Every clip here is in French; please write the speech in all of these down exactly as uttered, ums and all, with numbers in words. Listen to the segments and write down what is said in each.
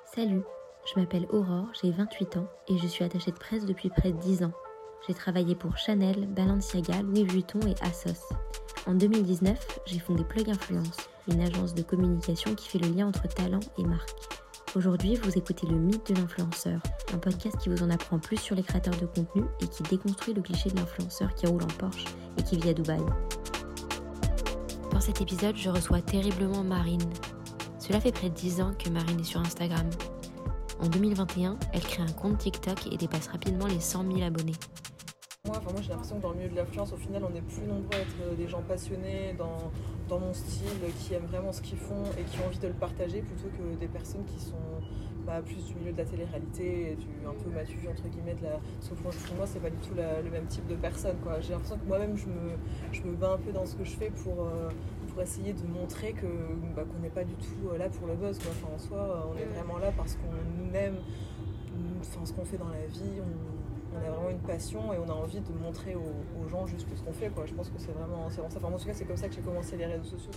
Salut, je m'appelle Aurore, j'ai vingt-huit ans et je suis attachée de presse depuis près de dix ans. J'ai travaillé pour Chanel, Balenciaga, Louis Vuitton et Asos. En deux mille dix-neuf, j'ai fondé Plug Influence, une agence de communication qui fait le lien entre talent et marque. Aujourd'hui, vous écoutez Le Mythe de l'influenceur, un podcast qui vous en apprend plus sur les créateurs de contenu et qui déconstruit le cliché de l'influenceur qui roule en Porsche et qui vit à Dubaï. Dans cet épisode, je reçois terriblement Marine. Cela fait près de dix ans que Marine est sur Instagram. En deux mille vingt et un, elle crée un compte TikTok et dépasse rapidement les cent mille abonnés. Moi, enfin, moi j'ai l'impression que dans le milieu de l'influence, au final, on est plus nombreux à être des gens passionnés dans, dans mon style, qui aiment vraiment ce qu'ils font et qui ont envie de le partager, plutôt que des personnes qui sont bah, plus du milieu de la télé-réalité, et du un peu matu, entre guillemets, de la... Parce que pour moi, c'est pas du tout la, le même type de personne, quoi. J'ai l'impression que moi-même, je me, je me bats un peu dans ce que je fais pour... Euh, pour essayer de montrer que, bah, qu'on n'est pas du tout là pour le buzz, quoi. Enfin, en soi, on est vraiment là parce qu'on aime enfin, ce qu'on fait dans la vie, on, on a vraiment une passion et on a envie de montrer aux, aux gens juste ce qu'on fait, quoi. Je pense que c'est vraiment, c'est vraiment ça. Enfin, moi, en tout cas, c'est comme ça que j'ai commencé les réseaux sociaux.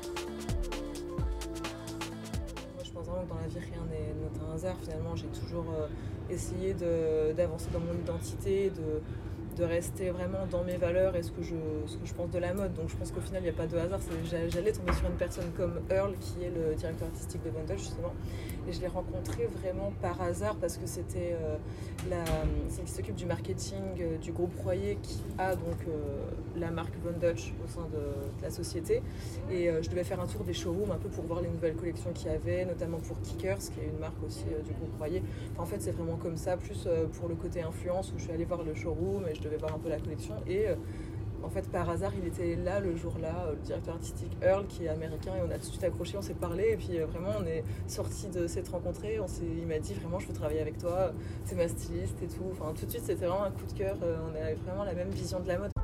Moi, je pense vraiment que dans la vie, rien n'est, n'est un hasard. Finalement, j'ai toujours euh, essayé de, d'avancer dans mon identité, de... de rester vraiment dans mes valeurs et ce que je, ce que je pense de la mode. Donc je pense qu'au final, il n'y a pas de hasard. C'est, j'allais tomber sur une personne comme Earl, qui est le directeur artistique de Bondage, justement. Et je l'ai rencontré vraiment par hasard parce que c'était euh, la, celle qui s'occupe du marketing euh, du groupe Royer, qui a donc euh, la marque Bondage au sein de, de la société. Et euh, je devais faire un tour des showrooms un peu pour voir les nouvelles collections qu'il y avait, notamment pour Kickers, qui est une marque aussi euh, du groupe Royer. Enfin, en fait, c'est vraiment comme ça, plus euh, pour le côté influence, où je suis allée voir le showroom et je devais voir un peu la collection et euh, en fait par hasard il était là le jour-là, euh, le directeur artistique Earl qui est américain, et on a tout de suite accroché, on s'est parlé et puis euh, vraiment on est sortis de s'être rencontrés, on s'est, il m'a dit vraiment je veux travailler avec toi, c'est ma styliste et tout, enfin tout de suite c'était vraiment un coup de cœur, euh, on a vraiment la même vision de la mode.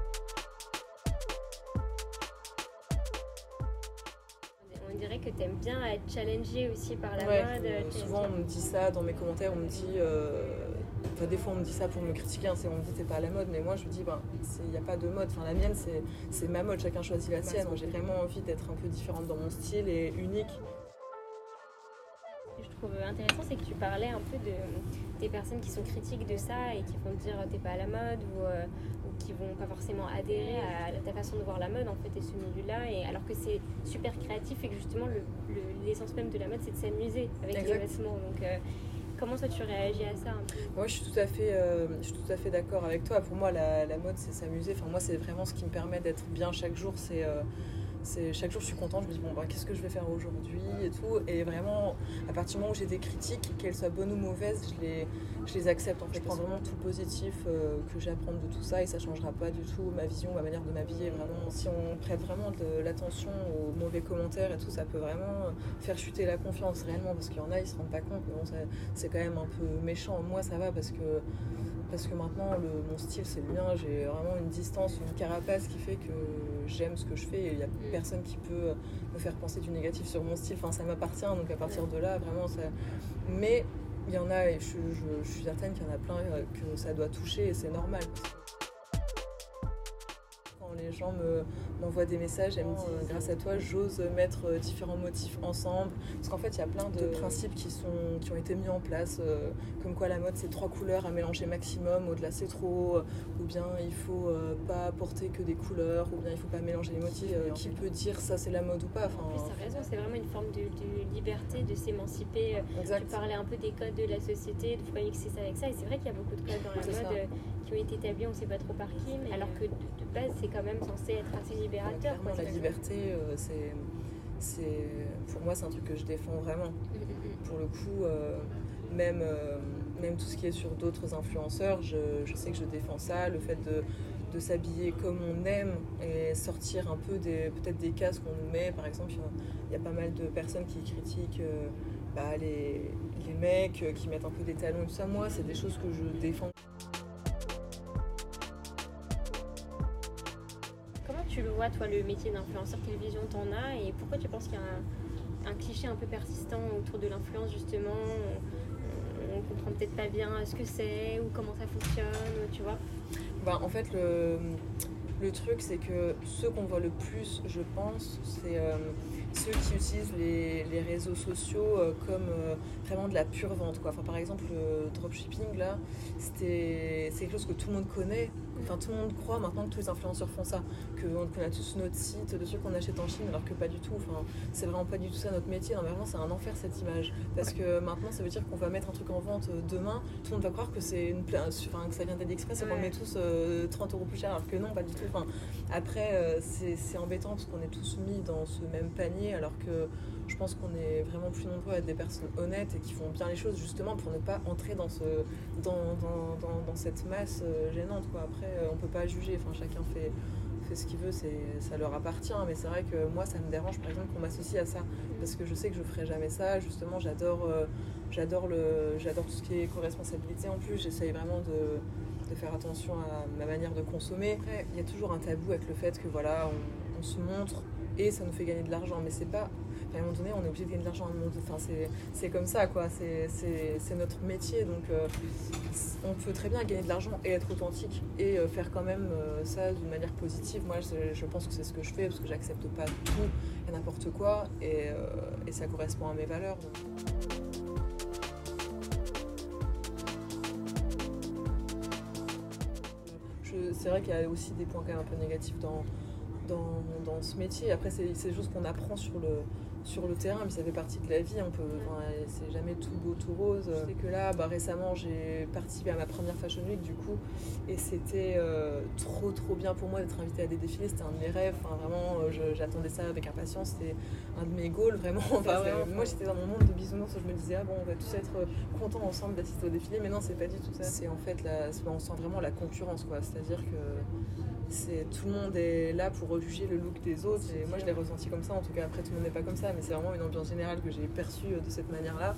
On dirait que tu aimes bien être challengée aussi par la ouais, mode. Euh, souvent on me dit ça dans mes commentaires, on me dit euh, enfin, des fois on me dit ça pour me critiquer, hein, c'est, on me dit t'es pas à la mode, mais moi je me dis ben il n'y a pas de mode, enfin la mienne c'est, c'est ma mode, chacun choisit la sienne. Moi j'ai vraiment envie d'être un peu différente dans mon style et unique. Ce que je trouve intéressant, c'est que tu parlais un peu de, des personnes qui sont critiques de ça et qui vont te dire t'es pas à la mode, ou, euh, ou qui vont pas forcément adhérer à ta façon de voir la mode en fait et ce milieu-là, et alors que c'est super créatif et que justement le, le, l'essence même de la mode c'est de s'amuser avec exact. Les vêtements. Donc euh, comment toi tu réagis à ça un peu ? Moi je suis tout à fait, euh, je suis tout à fait d'accord avec toi. Pour moi la, la mode c'est s'amuser. Enfin moi c'est vraiment ce qui me permet d'être bien chaque jour. C'est, euh, c'est chaque jour je suis contente. Je me dis bon bah qu'est-ce que je vais faire aujourd'hui et tout. Et vraiment à partir du moment où j'ai des critiques, qu'elles soient bonnes ou mauvaises, je les, je les accepte. En fait, je prends vraiment tout le positif euh, que j'ai à prendre de tout ça et ça changera pas du tout ma vision, ma manière de m'habiller. Vraiment, si on prête vraiment de l'attention aux mauvais commentaires et tout, ça peut vraiment faire chuter la confiance réellement, parce qu'il y en a ils se rendent pas compte. Mais bon, ça, c'est quand même un peu méchant. Moi ça va parce que parce que maintenant le, mon style c'est le mien, j'ai vraiment une distance, une carapace qui fait que j'aime ce que je fais et il n'y a personne qui peut me faire penser du négatif sur mon style, enfin ça m'appartient, donc à partir de là vraiment ça... Mais il y en a, et je, je, je suis certaine qu'il y en a plein que ça doit toucher et c'est normal. Les gens me, m'envoient des messages et me disent euh, grâce à toi j'ose mettre euh, différents motifs ensemble, parce qu'en fait il y a plein de principes qui, sont, qui ont été mis en place, euh, comme quoi la mode c'est trois couleurs à mélanger maximum, au-delà c'est trop, euh, ou bien il faut euh, pas porter que des couleurs, ou bien il faut pas mélanger les motifs. Euh, qui peut dire ça c'est la mode ou pas, enfin, en plus t'as raison, c'est vraiment une forme de, de liberté, de s'émanciper. Exact. Tu parlais un peu des codes de la société, de pouvoir mixer ça avec ça, et c'est vrai qu'il y a beaucoup de codes dans la c'est mode euh, qui ont été établis on sait pas trop par qui, mais alors que de, de base c'est quand même censé être assez libérateur. Ouais, quoi, la liberté, euh, c'est, c'est, pour moi, c'est un truc que je défends vraiment. Mm-hmm. Pour le coup, euh, même, euh, même tout ce qui est sur d'autres influenceurs, je, je sais que je défends ça, le fait de, de s'habiller comme on aime et sortir un peu des, peut-être des cases qu'on nous met. Par exemple, il y a pas mal de personnes qui critiquent euh, bah, les, les mecs qui mettent un peu des talons et tout ça. Moi, c'est des choses que je défends. Tu le vois, toi, le métier d'influenceur, quelle vision t'en as et pourquoi tu penses qu'il y a un, un cliché un peu persistant autour de l'influence, justement, on, on comprend peut-être pas bien ce que c'est ou comment ça fonctionne, tu vois. Bah, en fait, le, le truc, c'est que ceux qu'on voit le plus, je pense, c'est, euh, ceux qui utilisent les, les réseaux sociaux euh, comme euh, vraiment de la pure vente, quoi. Enfin, par exemple, le dropshipping, là, c'était, c'est quelque chose que tout le monde connaît. Enfin, tout le monde croit maintenant que tous les influenceurs font ça, qu'on a tous notre site de ceux qu'on achète en Chine, alors que pas du tout. Enfin, c'est vraiment pas du tout ça notre métier. Non, mais vraiment, c'est un enfer cette image. Parce que maintenant, ça veut dire qu'on va mettre un truc en vente demain, tout le monde va croire que, c'est une pla... enfin, que ça vient d'AliExpress et qu'on le met tous euh, trente euros plus cher, alors que non, pas du tout. Enfin, après, euh, c'est, c'est embêtant parce qu'on est tous mis dans ce même panier, alors que je pense qu'on est vraiment plus nombreux à être des personnes honnêtes et qui font bien les choses justement pour ne pas entrer dans, ce, dans, dans, dans, dans cette masse euh, gênante, quoi. Après, euh, on peut pas juger, enfin, chacun fait, fait ce qu'il veut, c'est, ça leur appartient, mais c'est vrai que moi ça me dérange par exemple qu'on m'associe à ça, parce que je sais que je ferai jamais ça. Justement, j'adore, euh, j'adore, le, j'adore tout ce qui est éco-responsabilité. En plus, j'essaye vraiment de, de faire attention à ma manière de consommer. Après, il y a toujours un tabou avec le fait que voilà, on, on se montre et ça nous fait gagner de l'argent, mais c'est pas... Enfin, à un moment donné, on est obligé de gagner de l'argent. Enfin, c'est, c'est comme ça, quoi. C'est, c'est, c'est notre métier. Donc, euh, on peut très bien gagner de l'argent et être authentique et euh, faire quand même euh, ça d'une manière positive. Moi, je, je pense que c'est ce que je fais parce que j'accepte pas tout et n'importe quoi. Et, euh, et ça correspond à mes valeurs. Donc. Je, c'est vrai qu'il y a aussi des points quand même un peu négatifs dans... Dans, dans ce métier. Après, c'est, c'est des choses qu'on apprend sur le, sur le terrain, mais ça fait partie de la vie. On peut, enfin, c'est jamais tout beau, tout rose. Je sais que là, bah, récemment, j'ai participé à ma première Fashion Week, du coup, et c'était euh, trop, trop bien pour moi d'être invitée à des défilés. C'était un de mes rêves. Enfin, vraiment, je, j'attendais ça avec impatience. C'était un de mes goals, vraiment. Enfin, vraiment, moi, j'étais dans mon monde de bisounours où je me disais, ah bon, on va tous être contents ensemble d'assister au défilé, mais non, c'est pas du tout ça. C'est en fait, la, on sent vraiment la concurrence, quoi. C'est-à-dire que c'est, tout le monde est là pour juger le look des autres, et moi je l'ai ressenti comme ça. En tout cas, après tout le monde n'est pas comme ça, mais c'est vraiment une ambiance générale que j'ai perçue de cette manière-là.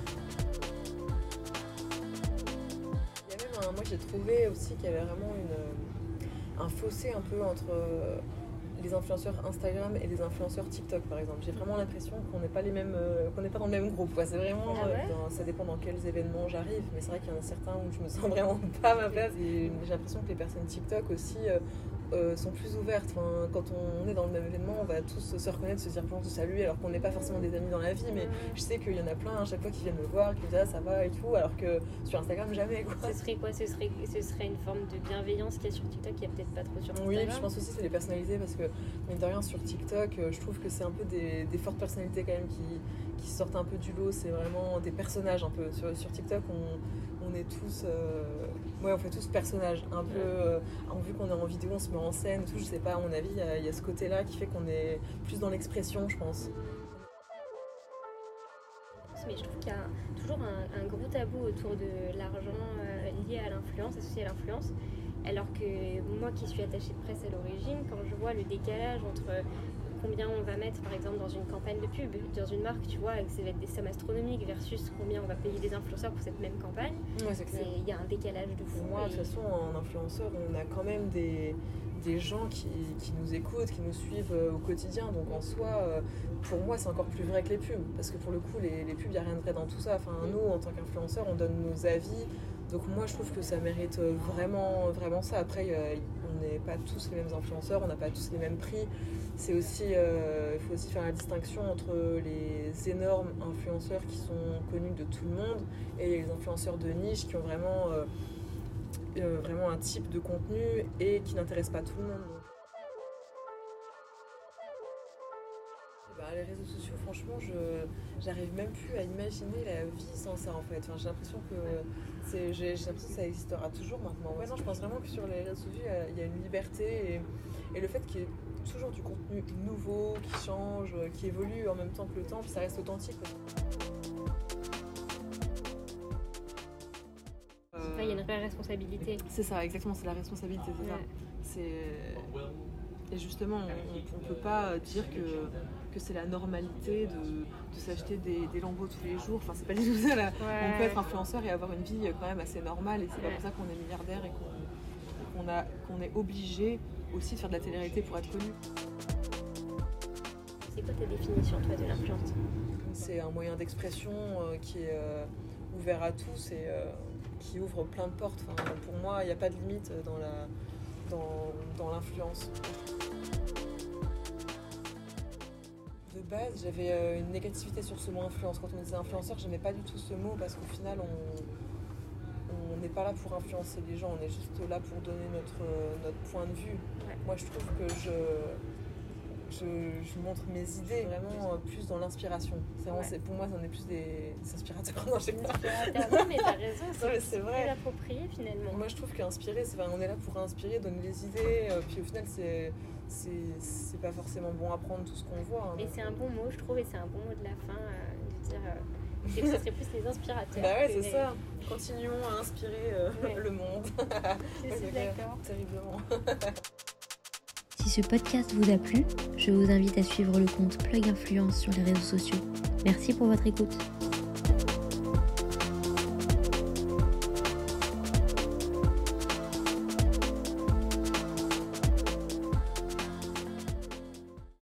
Il y a même un, moi j'ai trouvé aussi qu'il y avait vraiment une, un fossé un peu entre les influenceurs Instagram et les influenceurs TikTok, par exemple. J'ai vraiment l'impression qu'on n'est pas les mêmes, euh, qu'on n'est pas dans le même groupe, quoi. C'est vraiment, ah ouais dans, ça dépend dans quels événements j'arrive, mais c'est vrai qu'il y en a certains où je me sens vraiment pas à ma place. Et j'ai l'impression que les personnes TikTok aussi euh, euh, sont plus ouvertes. Enfin, quand on est dans le même événement, on va tous se reconnaître, se dire bonjour, se saluer, alors qu'on n'est pas forcément des amis dans la vie, mais je sais qu'il y en a plein à chaque fois qui viennent me voir, qui me disent ah ça va et tout, alors que sur Instagram jamais, quoi. Ce serait quoi? Ce serait, ce serait une forme de bienveillance qu'il y a sur TikTok, qui n'y a peut-être pas trop sur Instagram. Oui, je pense aussi que c'est les personnalités, parce que mine de rien sur TikTok, je trouve que c'est un peu des, des fortes personnalités quand même qui, qui sortent un peu du lot. C'est vraiment des personnages un peu. Sur, sur TikTok, on, on est tous... Euh, ouais, on fait tous personnages. Un peu... Euh, vu qu'on est en vidéo, on se met en scène, tout. Je sais pas, à mon avis, il y a, il y a ce côté-là qui fait qu'on est plus dans l'expression, je pense. Mais je trouve qu'il y a toujours un, un gros tabou autour de l'argent euh, lié à l'influence, associé à l'influence. Alors que moi qui suis attachée de presse à l'origine, quand je vois le décalage entre combien on va mettre par exemple dans une campagne de pub, dans une marque, tu vois, que ça va être des sommes astronomiques versus combien on va payer des influenceurs pour cette même campagne, ouais, c'est clair. Il y a un décalage de fou. Moi, et... de toute façon, en influenceur, on a quand même des, des gens qui, qui nous écoutent, qui nous suivent au quotidien. Donc en soi, pour moi, c'est encore plus vrai que les pubs. Parce que pour le coup, les, les pubs, il n'y a rien de vrai dans tout ça. Enfin, nous, en tant qu'influenceurs, on donne nos avis. Donc moi, je trouve que ça mérite vraiment, vraiment ça. Après, euh, on n'est pas tous les mêmes influenceurs, on n'a pas tous les mêmes prix. C'est aussi, euh, il faut aussi faire la distinction entre les énormes influenceurs qui sont connus de tout le monde et les influenceurs de niche qui ont vraiment, euh, euh, vraiment un type de contenu et qui n'intéressent pas tout le monde. Bah, les réseaux sociaux, franchement, je j'arrive même plus à imaginer la vie sans ça, en fait. Enfin, j'ai l'impression que c'est, j'ai, j'ai l'impression que ça existera toujours maintenant. Ouais, non, je pense vraiment que sur les réseaux sociaux, il y a une liberté et, et le fait qu'il y ait toujours du contenu nouveau, qui change, qui évolue en même temps que le temps, puis ça reste authentique. Euh, il y a une vraie responsabilité. C'est ça, exactement, c'est la responsabilité, c'est ça. C'est... Et justement, on ne peut pas dire que, que c'est la normalité de, de s'acheter des, des lambeaux tous les jours. Enfin, c'est pas du tout ça. Là. Ouais. On peut être influenceur et avoir une vie quand même assez normale. Et c'est ouais. pas pour ça qu'on est milliardaire et qu'on, qu'on, a, qu'on est obligé aussi de faire de la télé-réalité pour être connu. C'est quoi ta définition, toi, de l'influence ? C'est un moyen d'expression euh, qui est euh, ouvert à tous et euh, qui ouvre plein de portes. Enfin, pour moi, il n'y a pas de limite dans la... Dans, dans l'influence. De base, j'avais euh, une négativité sur ce mot influence. Quand on disait influenceur, j'aimais pas du tout ce mot parce qu'au final, on n'est pas là pour influencer les gens, on est juste là pour donner notre, euh, notre point de vue. Ouais. Moi, je trouve que je, je, je montre mes idées vraiment euh, plus dans l'inspiration. C'est vraiment, ouais. c'est, pour moi, c'en est plus des, des inspirateurs. Non, j'ai pas. Non, mais t'as raison, c'est, ouais, c'est vrai. Plus approprié finalement. Moi, je trouve qu'inspirer, c'est, on est là pour inspirer, donner les idées, euh, puis au final, c'est. C'est, c'est pas forcément bon à prendre tout ce qu'on voit. Hein, et c'est un bon mot, je trouve, et c'est un bon mot de la fin, euh, de dire euh, que ce serait plus les inspirateurs. Bah ouais, c'est les... ça. Continuons à inspirer euh, ouais. le monde. Je suis d'accord. Terriblement. Si ce podcast vous a plu, je vous invite à suivre le compte Plug Influence sur les réseaux sociaux. Merci pour votre écoute.